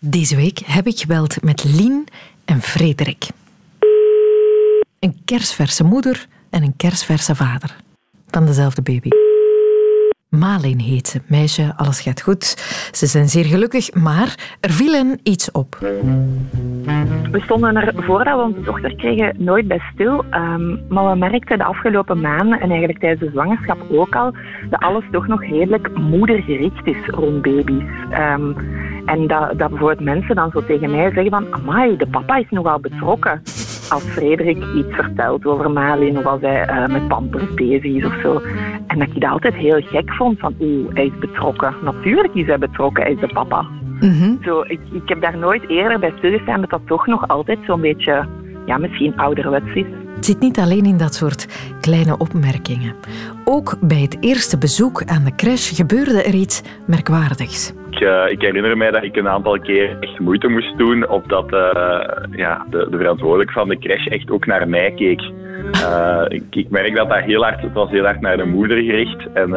Deze week heb ik gebeld met Lien en Frederik. Een kersverse moeder en een kersverse vader. Van dezelfde baby. Malin heet ze. Meisje, alles gaat goed. Ze zijn zeer gelukkig, maar er viel hen iets op. We stonden er voordat we onze dochter kregen nooit bij stil. Maar we merkten de afgelopen maanden en eigenlijk tijdens de zwangerschap ook al dat alles toch nog redelijk moedergericht is rond baby's. En dat bijvoorbeeld mensen dan zo tegen mij zeggen van amai, de papa is nogal betrokken. Als Frederik iets vertelt over Malin of als hij met pampers bezig is of zo. En dat ik dat altijd heel gek vond van hij is betrokken. Natuurlijk is hij betrokken, hij is de papa. Mm-hmm. Zo, ik heb daar nooit eerder bij stilgestaan dat toch nog altijd zo'n beetje, misschien ouderwets is. Het zit niet alleen in dat soort kleine opmerkingen. Ook bij het eerste bezoek aan de crash gebeurde er iets merkwaardigs. Ik herinner mij dat ik een aantal keer echt moeite moest doen opdat de verantwoordelijke van de crash echt ook naar mij keek. Ik merk dat het was heel hard naar de moeder gericht en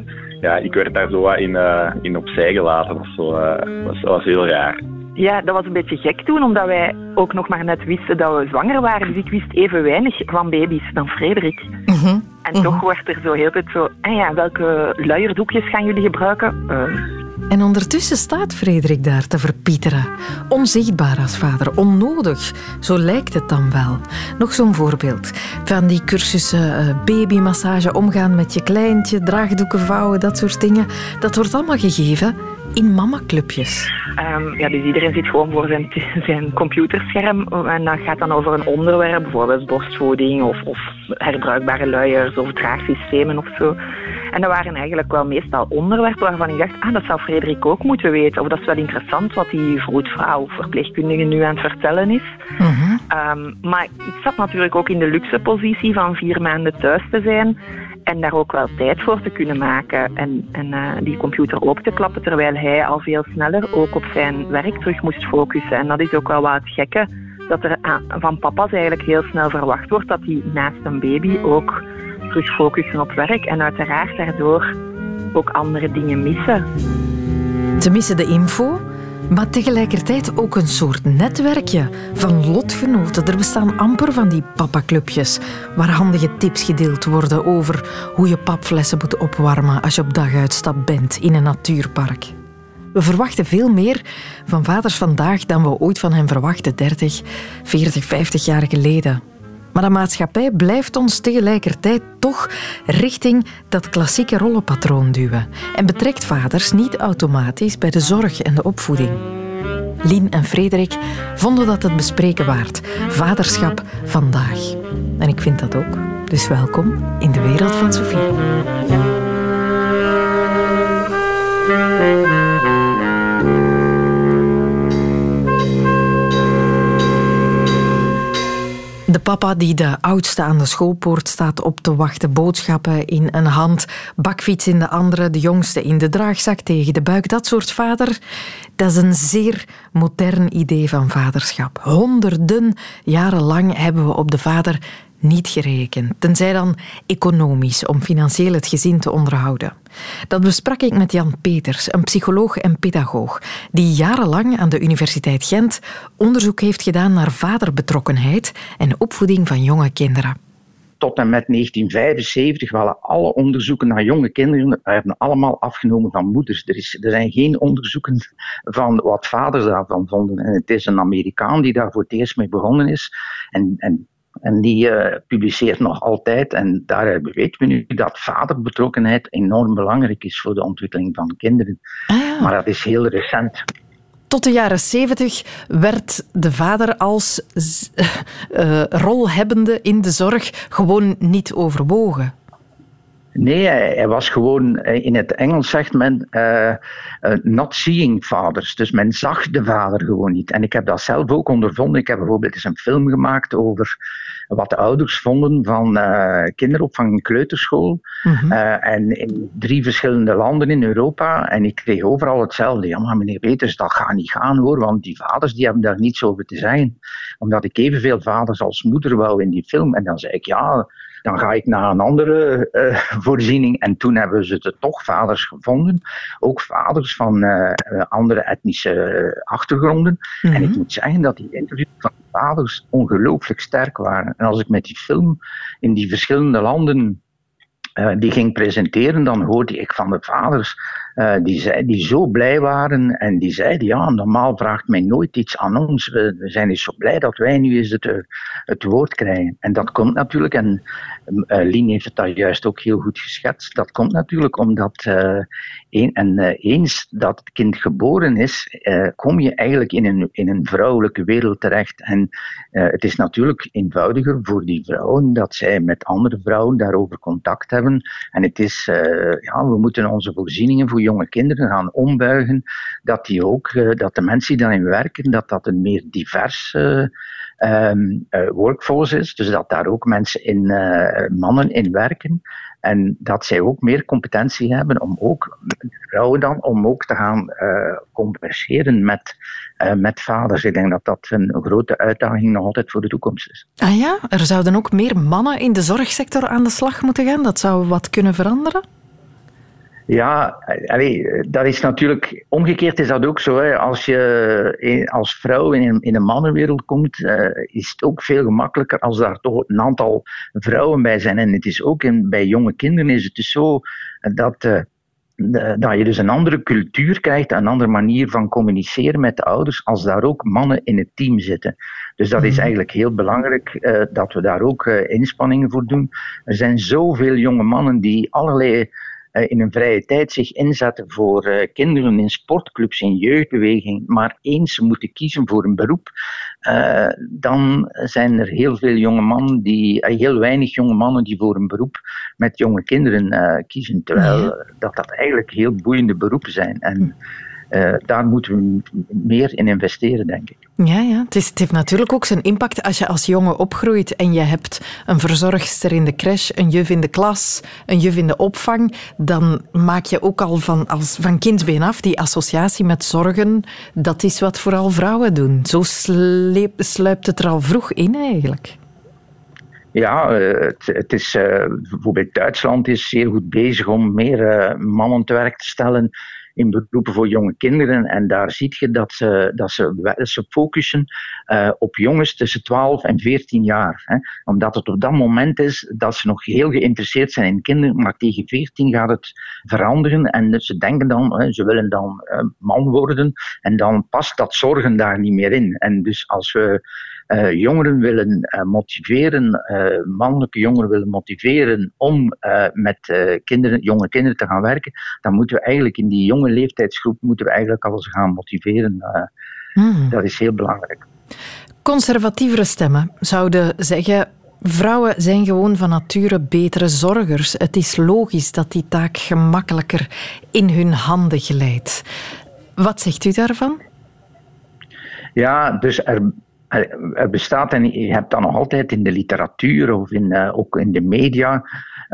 ik werd daar zo wat in opzij gelaten. Dat was heel raar. Ja, dat was een beetje gek toen, omdat wij ook nog maar net wisten dat we zwanger waren. Dus ik wist even weinig van baby's dan Frederik. Mm-hmm. En toch wordt er zo heel tijd zo... welke luierdoekjes gaan jullie gebruiken? En ondertussen staat Frederik daar te verpieteren. Onzichtbaar als vader, onnodig. Zo lijkt het dan wel. Nog zo'n voorbeeld. Van die cursussen, babymassage, omgaan met je kleintje, draagdoeken vouwen, dat soort dingen. Dat wordt allemaal gegeven in mamaclubjes. Dus iedereen zit gewoon voor zijn computerscherm en dat gaat dan over een onderwerp, bijvoorbeeld borstvoeding of herbruikbare luiers of draagsystemen of zo. En dat waren eigenlijk wel meestal onderwerpen waarvan ik dacht, dat zou Frederik ook moeten weten. Of dat is wel interessant wat die vroedvrouw of verpleegkundige nu aan het vertellen is. Mm-hmm. Maar ik zat natuurlijk ook in de luxe positie van 4 maanden thuis te zijn en daar ook wel tijd voor te kunnen maken en die computer open te klappen, terwijl hij al veel sneller ook op zijn werk terug moest focussen. En dat is ook wel wat het gekke, dat er van papa's eigenlijk heel snel verwacht wordt dat die naast een baby ook terug focussen op werk en uiteraard daardoor ook andere dingen missen. Ze missen de info, maar tegelijkertijd ook een soort netwerkje van lotgenoten. Er bestaan amper van die papaclubjes waar handige tips gedeeld worden over hoe je papflessen moet opwarmen als je op daguitstap bent in een natuurpark. We verwachten veel meer van vaders vandaag dan we ooit van hen verwachten 30, 40, 50 jaar geleden. Maar de maatschappij blijft ons tegelijkertijd toch richting dat klassieke rollenpatroon duwen en betrekt vaders niet automatisch bij de zorg en de opvoeding. Lien en Frederik vonden dat het bespreken waard. Vaderschap vandaag. En ik vind dat ook. Dus welkom in de wereld van Sophie. De papa die de oudste aan de schoolpoort staat op te wachten, boodschappen in een hand, bakfiets in de andere, de jongste in de draagzak tegen de buik. Dat soort vader, dat is een zeer modern idee van vaderschap. Honderden jaren lang hebben we op de vader niet gerekend, tenzij dan economisch, om financieel het gezin te onderhouden. Dat besprak ik met Jan Peters, een psycholoog en pedagoog, die jarenlang aan de Universiteit Gent onderzoek heeft gedaan naar vaderbetrokkenheid en opvoeding van jonge kinderen. Tot en met 1975 waren alle onderzoeken naar jonge kinderen hebben allemaal afgenomen van moeders. Er zijn geen onderzoeken van wat vaders daarvan vonden. En het is een Amerikaan die daar voor het eerst mee begonnen is. En die publiceert nog altijd. En daar weten we nu dat vaderbetrokkenheid enorm belangrijk is voor de ontwikkeling van kinderen. Ah, ja. Maar dat is heel recent. Tot de jaren 70 werd de vader als rolhebbende in de zorg gewoon niet overwogen. Nee, hij was gewoon, in het Engels zegt men, not seeing fathers. Dus men zag de vader gewoon niet. En ik heb dat zelf ook ondervonden. Ik heb bijvoorbeeld eens een film gemaakt over wat de ouders vonden van kinderopvang en kleuterschool. Mm-hmm. En in 3 verschillende landen in Europa. En ik kreeg overal hetzelfde. Ja, maar meneer Peters, dat gaat niet gaan hoor, want die vaders die hebben daar niets over te zeggen. Omdat ik evenveel vaders als moeder wou in die film. En dan zei ik, ja, Dan ga ik naar een andere voorziening en toen hebben ze toch vaders gevonden. Ook vaders van andere etnische achtergronden. En ik moet zeggen dat die interviews van die vaders ongelooflijk sterk waren. En als ik met die film in die verschillende landen die ging presenteren, dan hoorde ik van de vaders die zo blij waren en die zeiden, ja, normaal vraagt mij nooit iets aan ons. We zijn dus zo blij dat wij nu eens het woord krijgen. En dat komt natuurlijk, en Lien heeft het daar juist ook heel goed geschetst, dat komt natuurlijk omdat eens dat het kind geboren is, kom je eigenlijk in een vrouwelijke wereld terecht. En het is natuurlijk eenvoudiger voor die vrouwen dat zij met andere vrouwen daarover contact hebben. En het is, we moeten onze voorzieningen voor jonge kinderen gaan ombuigen, dat de mensen die daarin werken, dat een meer divers workforce is, dus dat daar ook mannen in werken. En dat zij ook meer competentie hebben om ook vrouwen dan om ook te gaan converseren met vaders. Ik denk dat dat een grote uitdaging nog altijd voor de toekomst is. Ah ja, er zouden ook meer mannen in de zorgsector aan de slag moeten gaan. Dat zou wat kunnen veranderen? Ja, dat is natuurlijk... Omgekeerd is dat ook zo. Hè. Als je als vrouw in een mannenwereld komt, is het ook veel gemakkelijker als daar toch een aantal vrouwen bij zijn. En het is ook bij jonge kinderen is het dus zo dat je dus een andere cultuur krijgt, een andere manier van communiceren met de ouders, als daar ook mannen in het team zitten. Dus dat is eigenlijk heel belangrijk dat we daar ook inspanningen voor doen. Er zijn zoveel jonge mannen die allerlei in hun vrije tijd zich inzetten voor kinderen in sportclubs, in jeugdbeweging, maar eens ze moeten kiezen voor een beroep, dan zijn er heel weinig jonge mannen die voor een beroep met jonge kinderen kiezen, terwijl dat eigenlijk heel boeiende beroepen zijn. En daar moeten we meer in investeren, denk ik. Ja. Het heeft natuurlijk ook zijn impact als je als jongen opgroeit en je hebt een verzorgster in de crash, een juf in de klas, een juf in de opvang. Dan maak je ook al van kindsbeen af die associatie met zorgen. Dat is wat vooral vrouwen doen. Zo sluipt het er al vroeg in eigenlijk. Ja, het is, bijvoorbeeld Duitsland is zeer goed bezig om meer mannen te werk te stellen in beroepen voor jonge kinderen. En daar zie je dat ze focussen op jongens tussen 12 en 14 jaar. Hè. Omdat het op dat moment is dat ze nog heel geïnteresseerd zijn in kinderen, maar tegen 14 gaat het veranderen. En ze denken dan, ze willen dan man worden. En dan past dat zorgen daar niet meer in. En dus als we jongeren willen motiveren, mannelijke jongeren willen motiveren om met jonge kinderen te gaan werken, dan moeten we eigenlijk in die jonge leeftijdsgroep alles gaan motiveren. Dat is heel belangrijk. Conservatievere stemmen zouden zeggen: vrouwen zijn gewoon van nature betere zorgers. Het is logisch dat die taak gemakkelijker in hun handen glijdt. Wat zegt u daarvan? Ja, dus er bestaat, en je hebt dat nog altijd in de literatuur of ook in de media,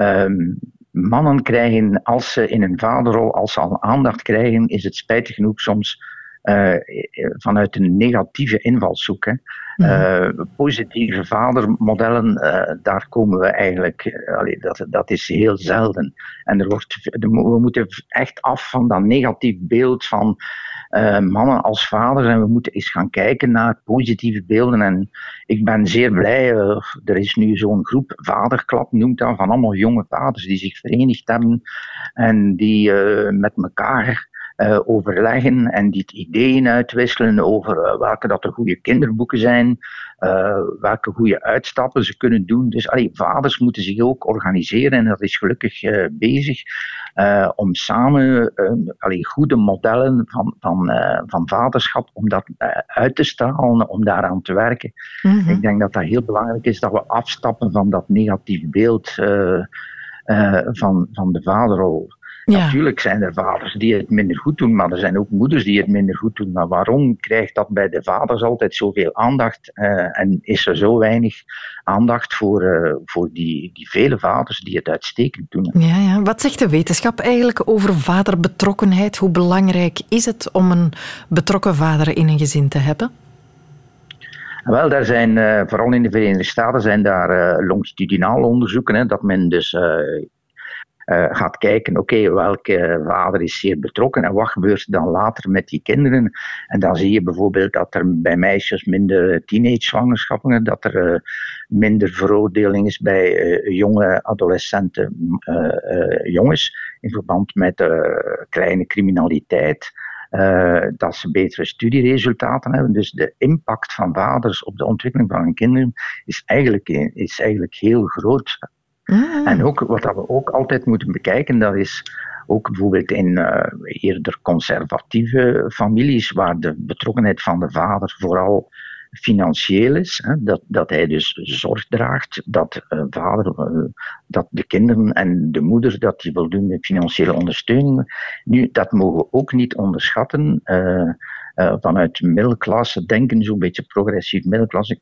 mannen krijgen, als ze in een vaderrol, als ze al aandacht krijgen, is het spijtig genoeg soms vanuit een negatieve invalshoek. Hè. Positieve vadermodellen, daar komen we eigenlijk... dat is heel zelden. En we moeten echt af van dat negatief beeld van mannen als vaders, en we moeten eens gaan kijken naar positieve beelden. En ik ben zeer blij, er is nu zo'n groep, Vaderklap noemt dat, van allemaal jonge vaders die zich verenigd hebben en die met elkaar overleggen en die ideeën uitwisselen over welke dat de goede kinderboeken zijn, welke goede uitstappen ze kunnen doen. Dus vaders moeten zich ook organiseren en dat is gelukkig bezig om samen goede modellen van vaderschap, om dat uit te stralen, om daaraan te werken. Mm-hmm. Ik denk dat dat heel belangrijk is, dat we afstappen van dat negatief beeld van de vaderrol. Ja. Natuurlijk zijn er vaders die het minder goed doen, maar er zijn ook moeders die het minder goed doen. Maar waarom krijgt dat bij de vaders altijd zoveel aandacht en is er zo weinig aandacht voor die vele vaders die het uitstekend doen? Ja. Wat zegt de wetenschap eigenlijk over vaderbetrokkenheid? Hoe belangrijk is het om een betrokken vader in een gezin te hebben? Wel, daar zijn, vooral in de Verenigde Staten, zijn daar longitudinaal onderzoeken, dat men dus gaat kijken, oké, welke vader is zeer betrokken en wat gebeurt er dan later met die kinderen. En dan zie je bijvoorbeeld dat er bij meisjes minder teenage-zwangerschappen, dat er minder veroordeling is bij jonge adolescente jongens in verband met kleine criminaliteit. Dat ze betere studieresultaten hebben. Dus de impact van vaders op de ontwikkeling van hun kinderen is eigenlijk heel groot. En ook wat we ook altijd moeten bekijken, dat is ook bijvoorbeeld in eerder conservatieve families, waar de betrokkenheid van de vader vooral financieel is, dat hij dus zorg draagt, dat dat de kinderen en de moeder, dat die voldoende financiële ondersteuning. Nu, dat mogen we ook niet onderschatten. Vanuit middelklasse denken, zo'n beetje progressief middelklasse,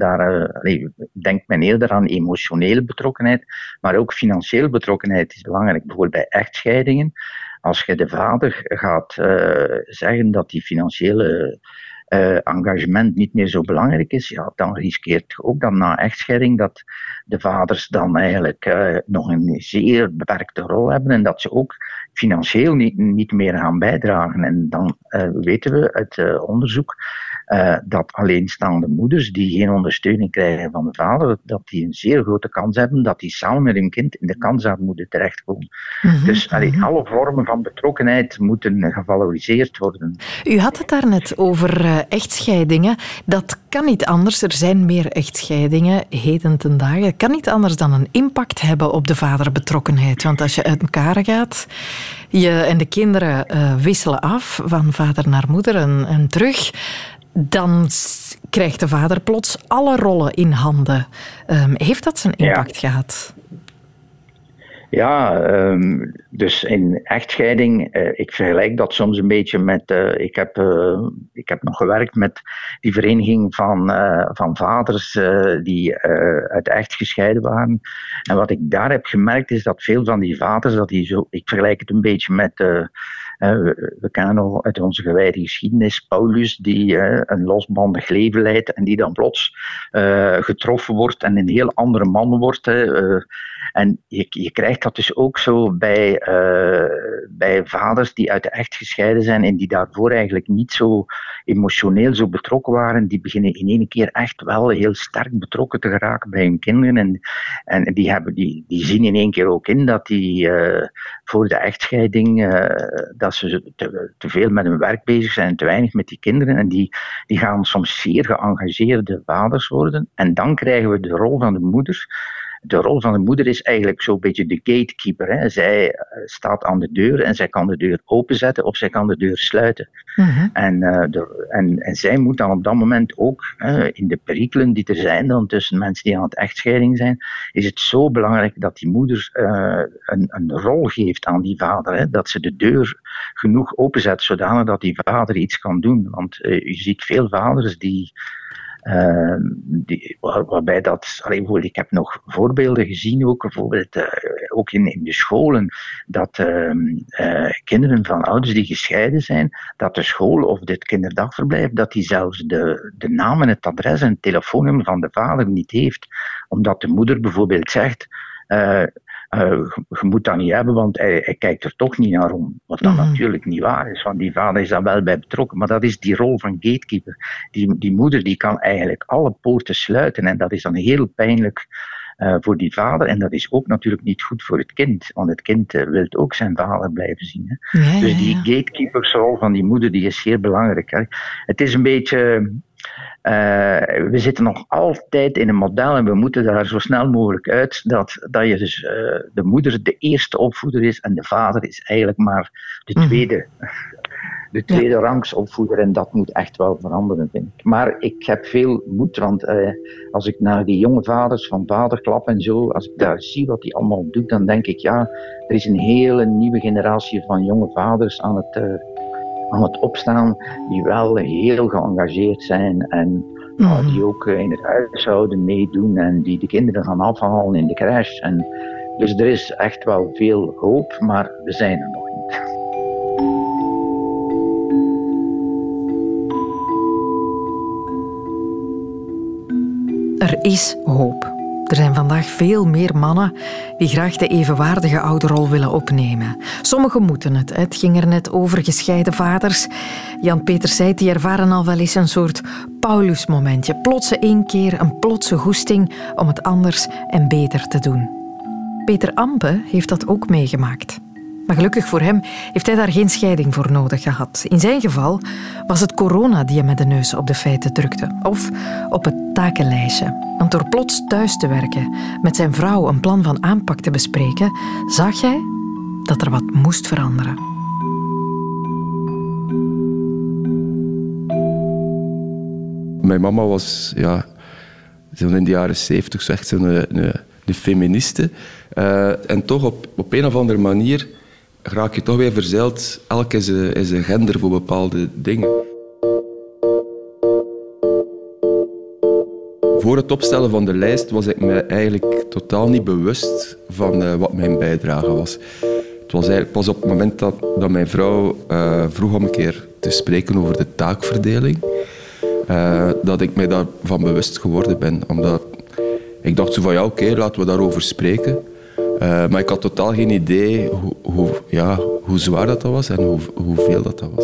denkt men eerder aan emotionele betrokkenheid, maar ook financiële betrokkenheid is belangrijk. Bijvoorbeeld bij echtscheidingen, als je de vader gaat zeggen dat die financiële engagement niet meer zo belangrijk is, ja, dan riskeert je ook dan na echtscheiding dat de vaders dan eigenlijk nog een zeer beperkte rol hebben en dat ze ook financieel niet meer gaan bijdragen. En dan weten we uit onderzoek dat alleenstaande moeders die geen ondersteuning krijgen van de vader, dat die een zeer grote kans hebben dat die samen met hun kind in de kansarmoede terechtkomen. Dus alle vormen van betrokkenheid moeten gevaloriseerd worden. U had het daarnet over echtscheidingen. Dat kan niet anders. Er zijn meer echtscheidingen heden ten dagen. Het kan niet anders dan een impact hebben op de vaderbetrokkenheid. Want als je uit elkaar gaat en de kinderen wisselen af van vader naar moeder en terug, dan krijgt de vader plots alle rollen in handen. Heeft dat zijn impact gehad? Ja, dus in echtscheiding, ik vergelijk dat soms een beetje met, ik heb nog gewerkt met die vereniging van vaders die uit echt gescheiden waren. En wat ik daar heb gemerkt is dat veel van die vaders, ik vergelijk het een beetje met, we kennen nog uit onze gewijde geschiedenis Paulus, die een losbandig leven leidt en die dan plots getroffen wordt en een heel andere man wordt. En je krijgt dat dus ook zo bij vaders die uit de echt gescheiden zijn en die daarvoor eigenlijk niet zo emotioneel zo betrokken waren. Die beginnen in één keer echt wel heel sterk betrokken te geraken bij hun kinderen. En die zien in één keer ook in dat die voor de echtscheiding dat ze te veel met hun werk bezig zijn en te weinig met die kinderen. En die gaan soms zeer geëngageerde vaders worden. En dan krijgen we de rol van de moeder. De rol van de moeder is eigenlijk zo'n beetje de gatekeeper. Hè. Zij staat aan de deur en zij kan de deur openzetten of zij kan de deur sluiten. En zij moet dan op dat moment ook, in de perikelen die er zijn dan tussen mensen die aan het echtscheiding zijn, is het zo belangrijk dat die moeder een rol geeft aan die vader. Hè. Dat ze de deur genoeg openzet, zodanig dat die vader iets kan doen. Want je ziet veel vaders waarbij dat, ik heb nog voorbeelden gezien, ook bijvoorbeeld ook in de scholen, dat kinderen van ouders die gescheiden zijn, dat de school of dit kinderdagverblijf, dat die zelfs de naam en het adres en het telefoonnummer van de vader niet heeft, omdat de moeder bijvoorbeeld zegt, je moet dat niet hebben, want hij kijkt er toch niet naar om. Wat dan natuurlijk niet waar is, want die vader is daar wel bij betrokken. Maar dat is die rol van gatekeeper. Die moeder die kan eigenlijk alle poorten sluiten en dat is dan heel pijnlijk voor die vader. En dat is ook natuurlijk niet goed voor het kind, want het kind wil ook zijn vader blijven zien. Hè. Ja, dus die gatekeepersrol van die moeder die is zeer belangrijk. Hè. Het is een beetje... we zitten nog altijd in een model en we moeten daar zo snel mogelijk uit dat je dus de moeder de eerste opvoeder is en de vader is eigenlijk maar de tweede rangs opvoeder en dat moet echt wel veranderen, vind ik. Maar ik heb veel moed, want als ik naar die jonge vaders van Vaderklap en zo, als ik daar zie wat die allemaal doet, dan denk ik, ja, er is een hele nieuwe generatie van jonge vaders aan het opstaan, die wel heel geëngageerd zijn en die ook in het huishouden meedoen en die de kinderen gaan afhalen in de crash. Dus er is echt wel veel hoop, maar we zijn er nog niet. Er is hoop. Er zijn vandaag veel meer mannen die graag de evenwaardige ouderrol willen opnemen. Sommigen moeten het. Het ging er net over gescheiden vaders. Jan-Peter zei, die ervaren al wel eens een soort Paulusmomentje. Plotse inkeer, een plotse goesting om het anders en beter te doen. Peter Ampe heeft dat ook meegemaakt. Maar gelukkig voor hem heeft hij daar geen scheiding voor nodig gehad. In zijn geval was het corona die hem met de neus op de feiten drukte. Of op het takenlijstje. Want door plots thuis te werken, met zijn vrouw een plan van aanpak te bespreken, zag hij dat er wat moest veranderen. Mijn mama was in de jaren 70 zo echt een feministe. En toch op een of andere manier raak je toch weer verzeild. Elk is een gender voor bepaalde dingen. Voor het opstellen van de lijst was ik me eigenlijk totaal niet bewust van wat mijn bijdrage was. Het was eigenlijk pas op het moment dat mijn vrouw vroeg om een keer te spreken over de taakverdeling, dat ik mij daarvan bewust geworden ben. Omdat ik dacht zo van oké, laten we daarover spreken. Maar ik had totaal geen idee hoe zwaar dat was en hoeveel dat was.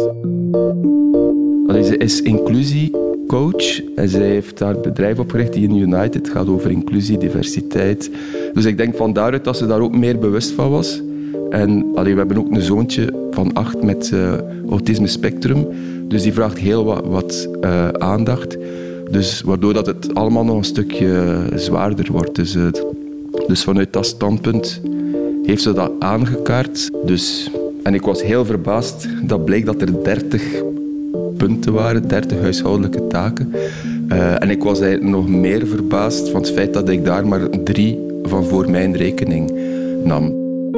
Ze is inclusiecoach en zij heeft haar bedrijf opgericht, die in United gaat over inclusie, diversiteit. Dus ik denk van daaruit dat ze daar ook meer bewust van was. En we hebben ook een zoontje van 8 met autisme spectrum. Dus die vraagt heel wat aandacht. Dus waardoor dat het allemaal nog een stukje zwaarder wordt. Dus vanuit dat standpunt heeft ze dat aangekaart. En ik was heel verbaasd dat bleek dat er 30 punten waren, 30 huishoudelijke taken. En ik was eigenlijk nog meer verbaasd van het feit dat ik daar maar 3 van voor mijn rekening nam.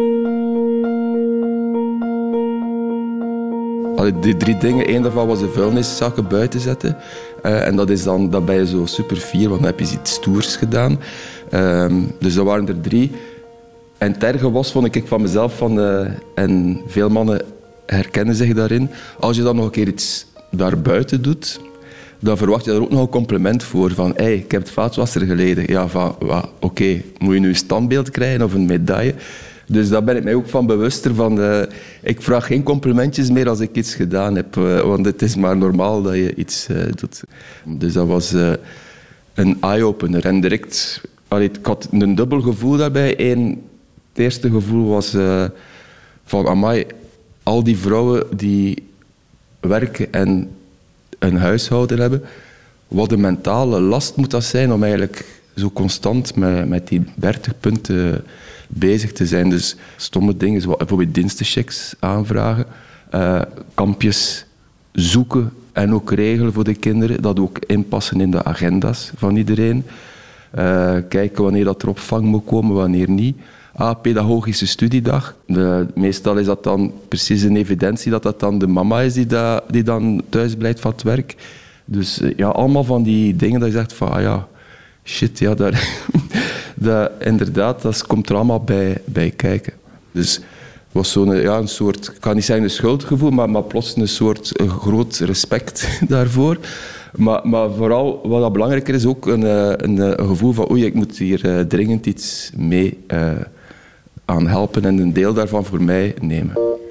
Die 3 dingen, 1 daarvan was de vuilniszakken buiten zetten. En dat ben je zo super fier, want dan heb je iets stoers gedaan. Dus dat waren er 3. En het erge was, vond ik van mezelf, en veel mannen herkennen zich daarin, als je dan nog een keer iets daarbuiten doet, dan verwacht je daar ook nog een compliment voor. Van, ik heb het vaatwasser geleden. Ja, oké, moet je nu een standbeeld krijgen of een medaille? Dus daar ben ik mij ook van bewuster van. Ik vraag geen complimentjes meer als ik iets gedaan heb, want het is maar normaal dat je iets doet. Dus dat was een eye-opener. En direct, ik had een dubbel gevoel daarbij. Het eerste gevoel was van, amai, al die vrouwen die werken en een huishouden hebben, wat een mentale last moet dat zijn om eigenlijk zo constant met die 30 punten bezig te zijn. Dus stomme dingen, zoals bijvoorbeeld dienstenchecks aanvragen, kampjes zoeken en ook regelen voor de kinderen, dat ook inpassen in de agenda's van iedereen. Kijken wanneer dat er opvang moet komen, wanneer niet. Pedagogische studiedag. Meestal is dat dan precies een evidentie dat dat dan de mama is die dan thuis blijft van het werk. Dus allemaal van die dingen dat je zegt van, shit, inderdaad, dat komt er allemaal bij kijken. Dus het was zo'n een soort, ik kan niet zeggen een schuldgevoel, maar plots een soort groot respect daarvoor. Maar vooral, wat dat belangrijker is, ook een gevoel van ik moet hier dringend iets mee aan helpen en een deel daarvan voor mij nemen.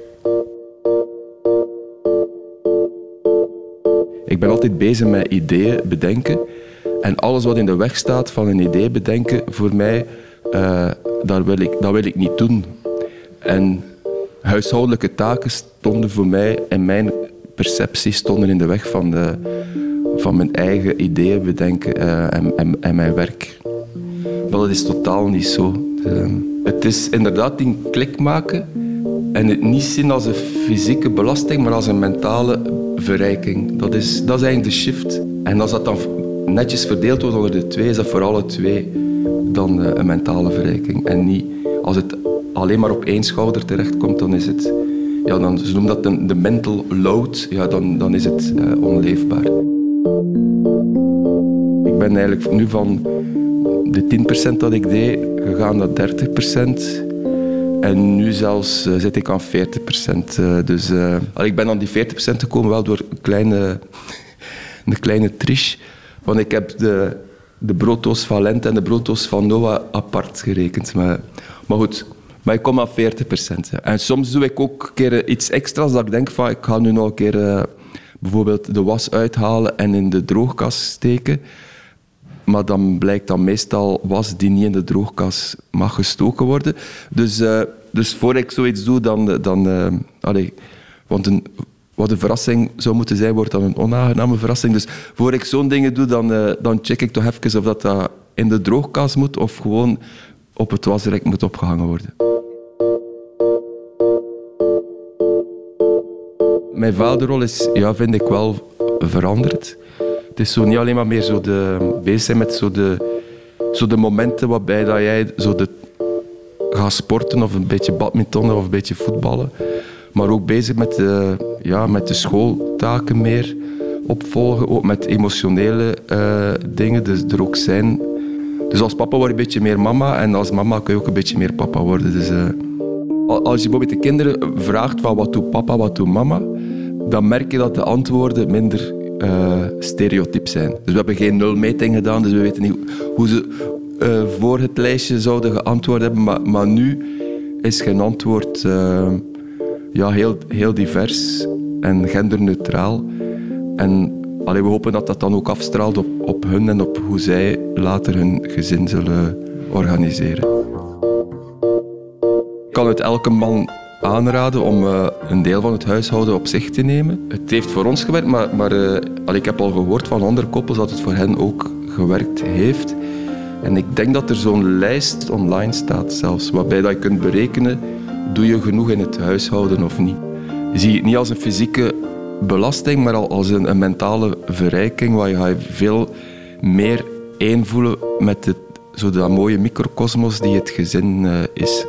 Ik ben altijd bezig met ideeën bedenken. En alles wat in de weg staat van een idee bedenken, voor mij, dat wil ik niet doen. En huishoudelijke taken stonden voor mij, en mijn perceptie stonden in de weg van mijn eigen ideeën bedenken en mijn werk. Maar dat is totaal niet zo. Het is inderdaad die klik maken en het niet zien als een fysieke belasting, maar als een mentale verrijking. Dat is eigenlijk de shift. En als dat dan netjes verdeeld wordt onder de 2, is dat voor alle 2 dan een mentale verrijking. En niet als het alleen maar op 1 schouder terechtkomt, dan is het, ze noemen dat de mental load, dan is het onleefbaar. Ik ben eigenlijk nu van de 10% dat ik deed, gegaan naar 30%. En nu zelfs zit ik aan 40%. Dus ik ben aan die 40% gekomen wel door een kleine triche. Want ik heb de brooddoos van Lent en de brooddoos van Noah apart gerekend. Maar goed, maar ik kom aan 40%. Ja. En soms doe ik ook een keer iets extra's dat ik denk van ik ga nu nog een keer bijvoorbeeld de was uithalen en in de droogkast steken. Maar dan blijkt dat meestal was die niet in de droogkast mag gestoken worden. Dus voor ik zoiets doe, want wat een verrassing zou moeten zijn, wordt dan een onaangename verrassing. Dus voor ik zo'n dingen doe, dan check ik toch even of dat in de droogkast moet of gewoon op het wasrek moet opgehangen worden. Mijn vaderrol is, vind ik wel veranderd. Het is zo niet alleen maar meer bezig zijn met de momenten waarbij dat jij gaat sporten of een beetje badmintonnen of een beetje voetballen. Maar ook bezig met de schooltaken meer opvolgen. Ook met emotionele dingen. Dus er ook zijn. Dus als papa word je een beetje meer mama. En als mama kun je ook een beetje meer papa worden. Dus, als je bijvoorbeeld de kinderen vraagt van wat doet papa, wat doet mama, dan merk je dat de antwoorden minder stereotyp zijn. Dus we hebben geen nulmeting gedaan, dus we weten niet hoe ze voor het lijstje zouden geantwoord hebben. Maar nu is geen antwoord heel divers en genderneutraal. En we hopen dat dat dan ook afstraalt op hun en op hoe zij later hun gezin zullen organiseren. Ik kan het elke man aanraden om een deel van het huishouden op zich te nemen. Het heeft voor ons gewerkt, maar ik heb al gehoord van andere koppels dat het voor hen ook gewerkt heeft. En ik denk dat er zo'n lijst online staat zelfs, waarbij dat je kunt berekenen, doe je genoeg in het huishouden of niet. Je ziet het niet als een fysieke belasting, maar als een mentale verrijking, waar je veel meer invoelen met dat mooie microcosmos die het gezin is.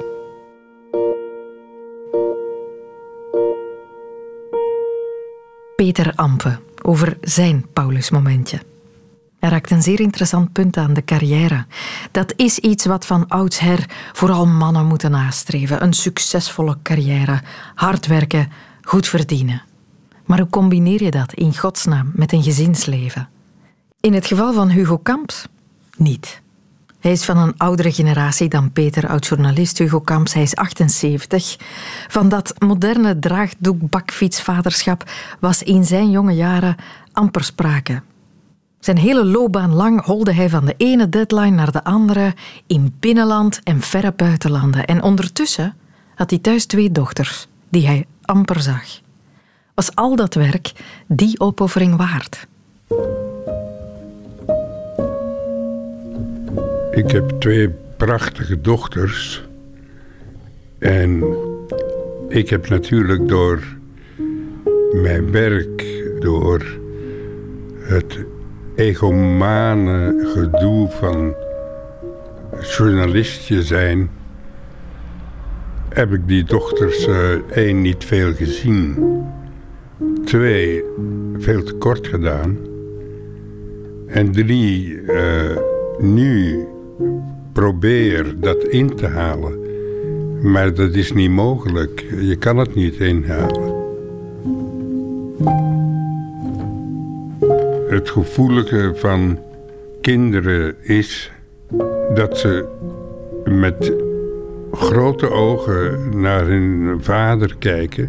Peter Ampe over zijn Paulusmomentje. Hij raakt een zeer interessant punt aan, de carrière. Dat is iets wat van oudsher vooral mannen moeten nastreven. Een succesvolle carrière, hard werken, goed verdienen. Maar hoe combineer je dat in godsnaam met een gezinsleven? In het geval van Hugo Kamps, niet. Hij is van een oudere generatie dan Peter, oud-journalist Hugo Kamps. Hij is 78. Van dat moderne draagdoek-bakfietsvaderschap was in zijn jonge jaren amper sprake. Zijn hele loopbaan lang holde hij van de ene deadline naar de andere in binnenland en verre buitenlanden. En ondertussen had hij thuis 2 dochters die hij amper zag. Was al dat werk die opoffering waard? Ik heb 2 prachtige dochters. En ik heb natuurlijk door mijn werk, door het egomane gedoe van journalistje zijn, heb ik die dochters 1 niet veel gezien. 2 veel te kort gedaan. En 3 nu probeer dat in te halen. Maar dat is niet mogelijk. Je kan het niet inhalen. Het gevoelige van kinderen is dat ze met grote ogen naar hun vader kijken.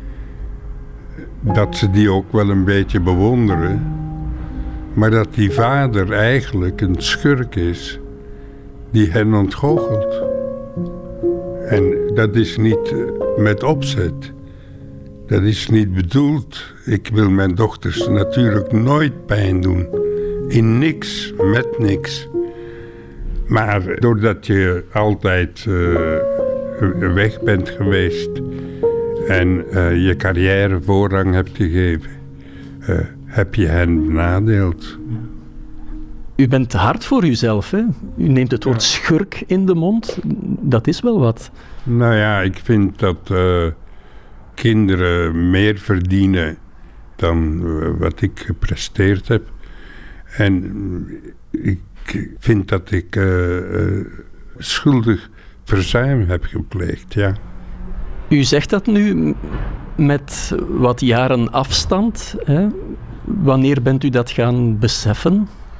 Dat ze die ook wel een beetje bewonderen. Maar dat die vader eigenlijk een schurk is die hen ontgoochelt. En dat is niet met opzet. Dat is niet bedoeld. Ik wil mijn dochters natuurlijk nooit pijn doen. In niks, met niks. Maar doordat je altijd weg bent geweest en je carrière voorrang hebt gegeven, heb je hen benadeeld. U bent hard voor uzelf, hè? U neemt het woord schurk in de mond. Dat is wel wat. Nou ja, ik vind dat kinderen meer verdienen dan wat ik gepresteerd heb. En ik vind dat ik schuldig verzuim heb gepleegd, ja. U zegt dat nu met wat jaren afstand, hè? Wanneer bent u dat gaan beseffen?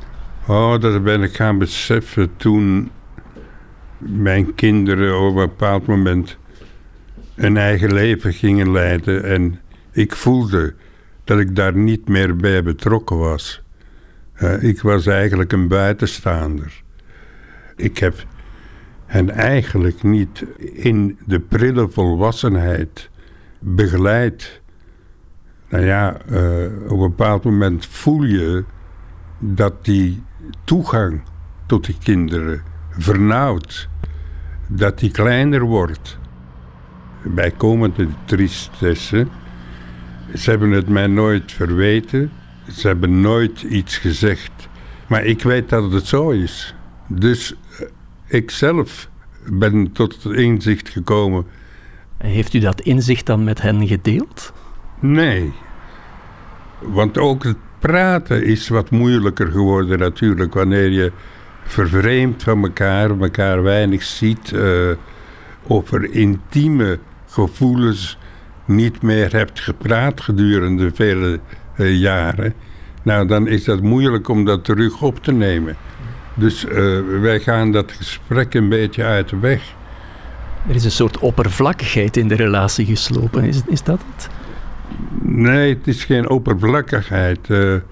Oh, dat ben ik gaan beseffen toen mijn kinderen op een bepaald moment een eigen leven gingen leiden. En ik voelde dat ik daar niet meer bij betrokken was. Ik was eigenlijk een buitenstaander. Ik heb hen eigenlijk niet in de prille volwassenheid begeleid. Nou ja, op een bepaald moment voel je dat die toegang tot die kinderen vernauwt. Dat die kleiner wordt. Bijkomende tristesse. Ze hebben het mij nooit verweten. Ze hebben nooit iets gezegd. Maar ik weet dat het zo is. Dus ik zelf ben tot het inzicht gekomen. Heeft u dat inzicht dan met hen gedeeld? Nee. Want ook het praten is wat moeilijker geworden natuurlijk. Wanneer je vervreemd van elkaar weinig ziet. Over intieme gevoelens niet meer hebt gepraat gedurende vele jaren. Nou, dan is dat moeilijk om dat terug op te nemen. Dus wij gaan dat gesprek een beetje uit de weg. Er is een soort oppervlakkigheid in de relatie geslopen, is dat het? Nee, het is geen oppervlakkigheid.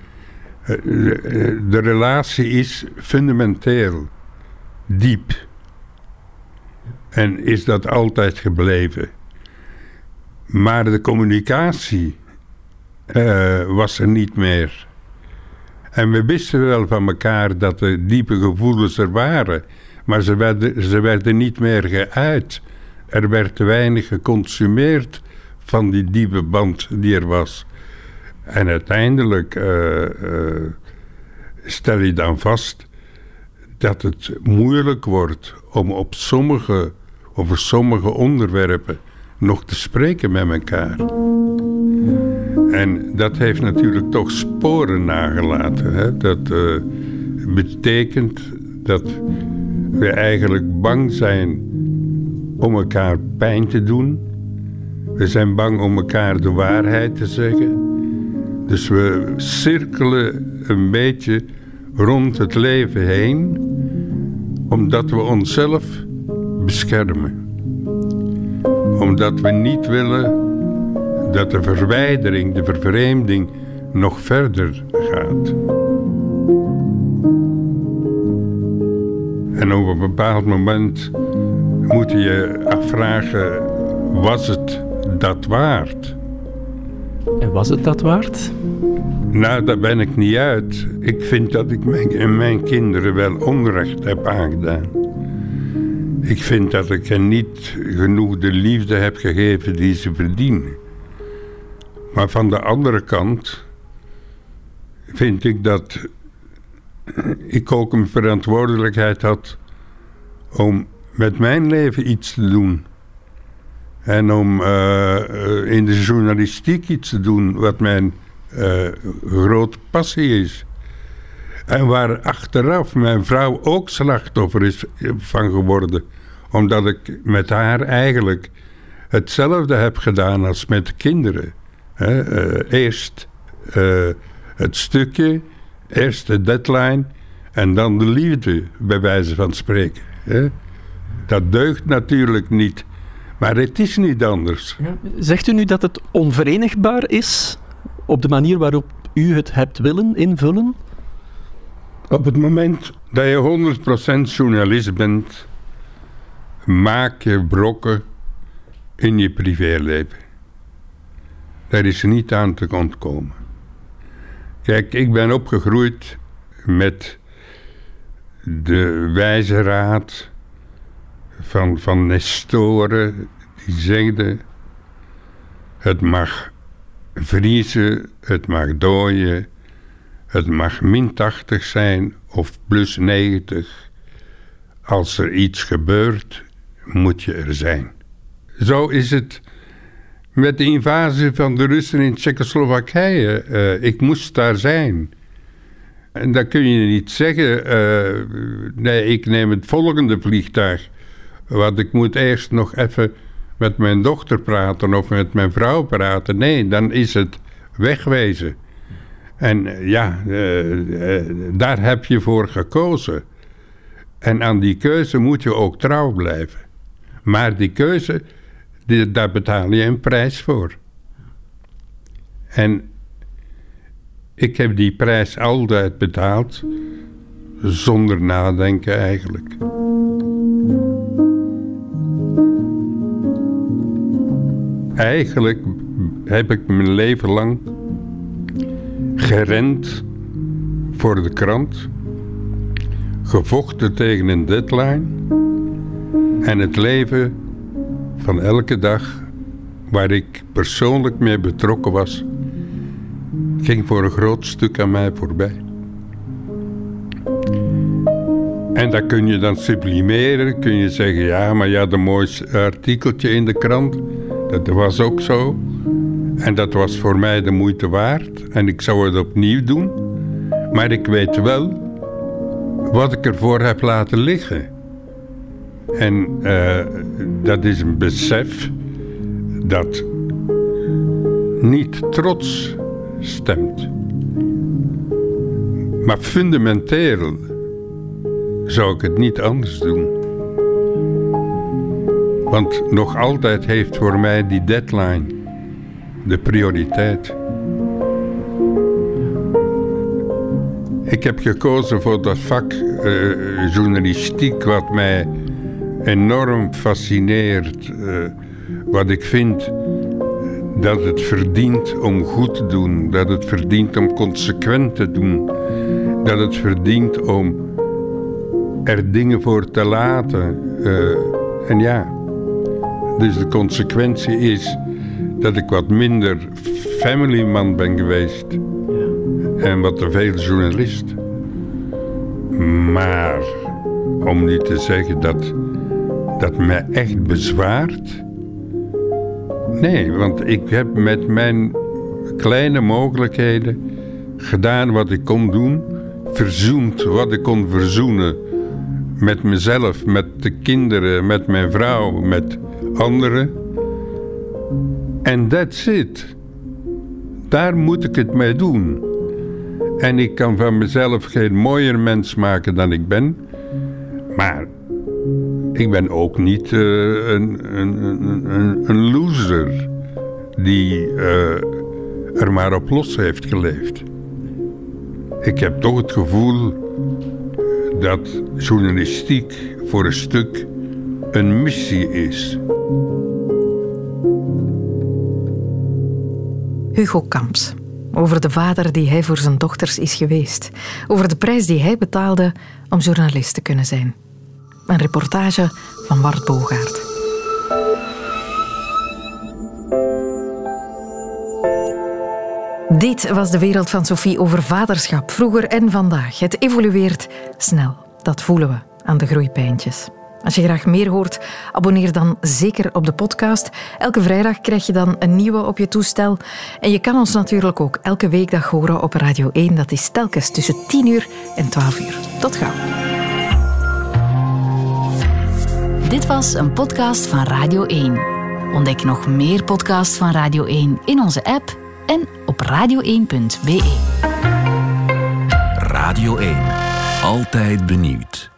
De relatie is fundamenteel, diep. En is dat altijd gebleven. Maar de communicatie was er niet meer. En we wisten wel van elkaar dat de diepe gevoelens er waren. Maar ze werden niet meer geuit. Er werd te weinig geconsumeerd van die diepe band die er was. En uiteindelijk stel je dan vast dat het moeilijk wordt om over sommige onderwerpen nog te spreken met elkaar. En dat heeft natuurlijk toch sporen nagelaten. Hè? Dat betekent dat we eigenlijk bang zijn om elkaar pijn te doen. We zijn bang om elkaar de waarheid te zeggen. Dus we cirkelen een beetje rond het leven heen, omdat we onszelf beschermen. Omdat we niet willen dat de verwijdering, de vervreemding nog verder gaat. En op een bepaald moment moet je je afvragen, was het dat waard? En was het dat waard? Nou, daar ben ik niet uit. Ik vind dat ik mijn kinderen wel onrecht heb aangedaan. Ik vind dat ik hen niet genoeg de liefde heb gegeven die ze verdienen. Maar van de andere kant vind ik dat ik ook een verantwoordelijkheid had om met mijn leven iets te doen. En om in de journalistiek iets te doen wat mijn grote passie is. En waar achteraf mijn vrouw ook slachtoffer is van geworden. Omdat ik met haar eigenlijk hetzelfde heb gedaan als met de kinderen. Eerst het stukje, eerst de deadline en dan de liefde, bij wijze van spreken. Dat deugt natuurlijk niet. Maar het is niet anders. Zegt u nu dat het onverenigbaar is op de manier waarop u het hebt willen invullen? Op het moment dat je 100% journalist bent, maak je brokken in je privéleven. Daar is niet aan te ontkomen. Kijk, ik ben opgegroeid met de wijze raad van Nestoren, die zegde: het mag vriezen, het mag dooien, het mag min 80 zijn of plus 90. Als er iets gebeurt, moet je er zijn. Zo is het met de invasie van de Russen in Tsjechoslowakije. Ik moest daar zijn. En dan kun je niet zeggen, nee, ik neem het volgende vliegtuig. Want ik moet eerst nog even met mijn dochter praten of met mijn vrouw praten. Nee, dan is het wegwezen. En daar heb je voor gekozen. En aan die keuze moet je ook trouw blijven. Maar die keuze, daar betaal je een prijs voor. En ik heb die prijs altijd betaald, zonder nadenken eigenlijk. Eigenlijk heb ik mijn leven lang gerend voor de krant, gevochten tegen een deadline en het leven van elke dag waar ik persoonlijk mee betrokken was, ging voor een groot stuk aan mij voorbij. En dat kun je dan sublimeren, kun je zeggen, ja, maar je had een mooi artikeltje in de krant, dat was ook zo. En dat was voor mij de moeite waard en ik zou het opnieuw doen. Maar ik weet wel wat ik ervoor heb laten liggen. En dat is een besef dat niet trots stemt. Maar fundamenteel zou ik het niet anders doen. Want nog altijd heeft voor mij die deadline de prioriteit. Ik heb gekozen voor dat vak journalistiek wat mij enorm fascineert. Wat ik vind dat het verdient om goed te doen. Dat het verdient om consequent te doen. Dat het verdient om er dingen voor te laten. En ja, dus de consequentie is dat ik wat minder familyman ben geweest. En wat te veel journalist. Maar om nu te zeggen dat mij echt bezwaart. Nee, want ik heb met mijn kleine mogelijkheden gedaan wat ik kon doen. Verzoend wat ik kon verzoenen. Met mezelf, met de kinderen, met mijn vrouw, met anderen. En that's it. Daar moet ik het mee doen. En ik kan van mezelf geen mooier mens maken dan ik ben. Maar ik ben ook niet een loser die er maar op los heeft geleefd. Ik heb toch het gevoel dat journalistiek voor een stuk een missie is. Hugo Kamps. Over de vader die hij voor zijn dochters is geweest. Over de prijs die hij betaalde om journalist te kunnen zijn. Een reportage van Bart Bogaert. Dit was de wereld van Sophie over vaderschap, vroeger en vandaag. Het evolueert snel, dat voelen we aan de groeipijntjes. Als je graag meer hoort, abonneer dan zeker op de podcast. Elke vrijdag krijg je dan een nieuwe op je toestel. En je kan ons natuurlijk ook elke weekdag horen op Radio 1. Dat is telkens tussen 10 uur en 12 uur. Tot gauw. Dit was een podcast van Radio 1. Ontdek nog meer podcasts van Radio 1 in onze app en op radio1.be. Radio 1. Altijd benieuwd.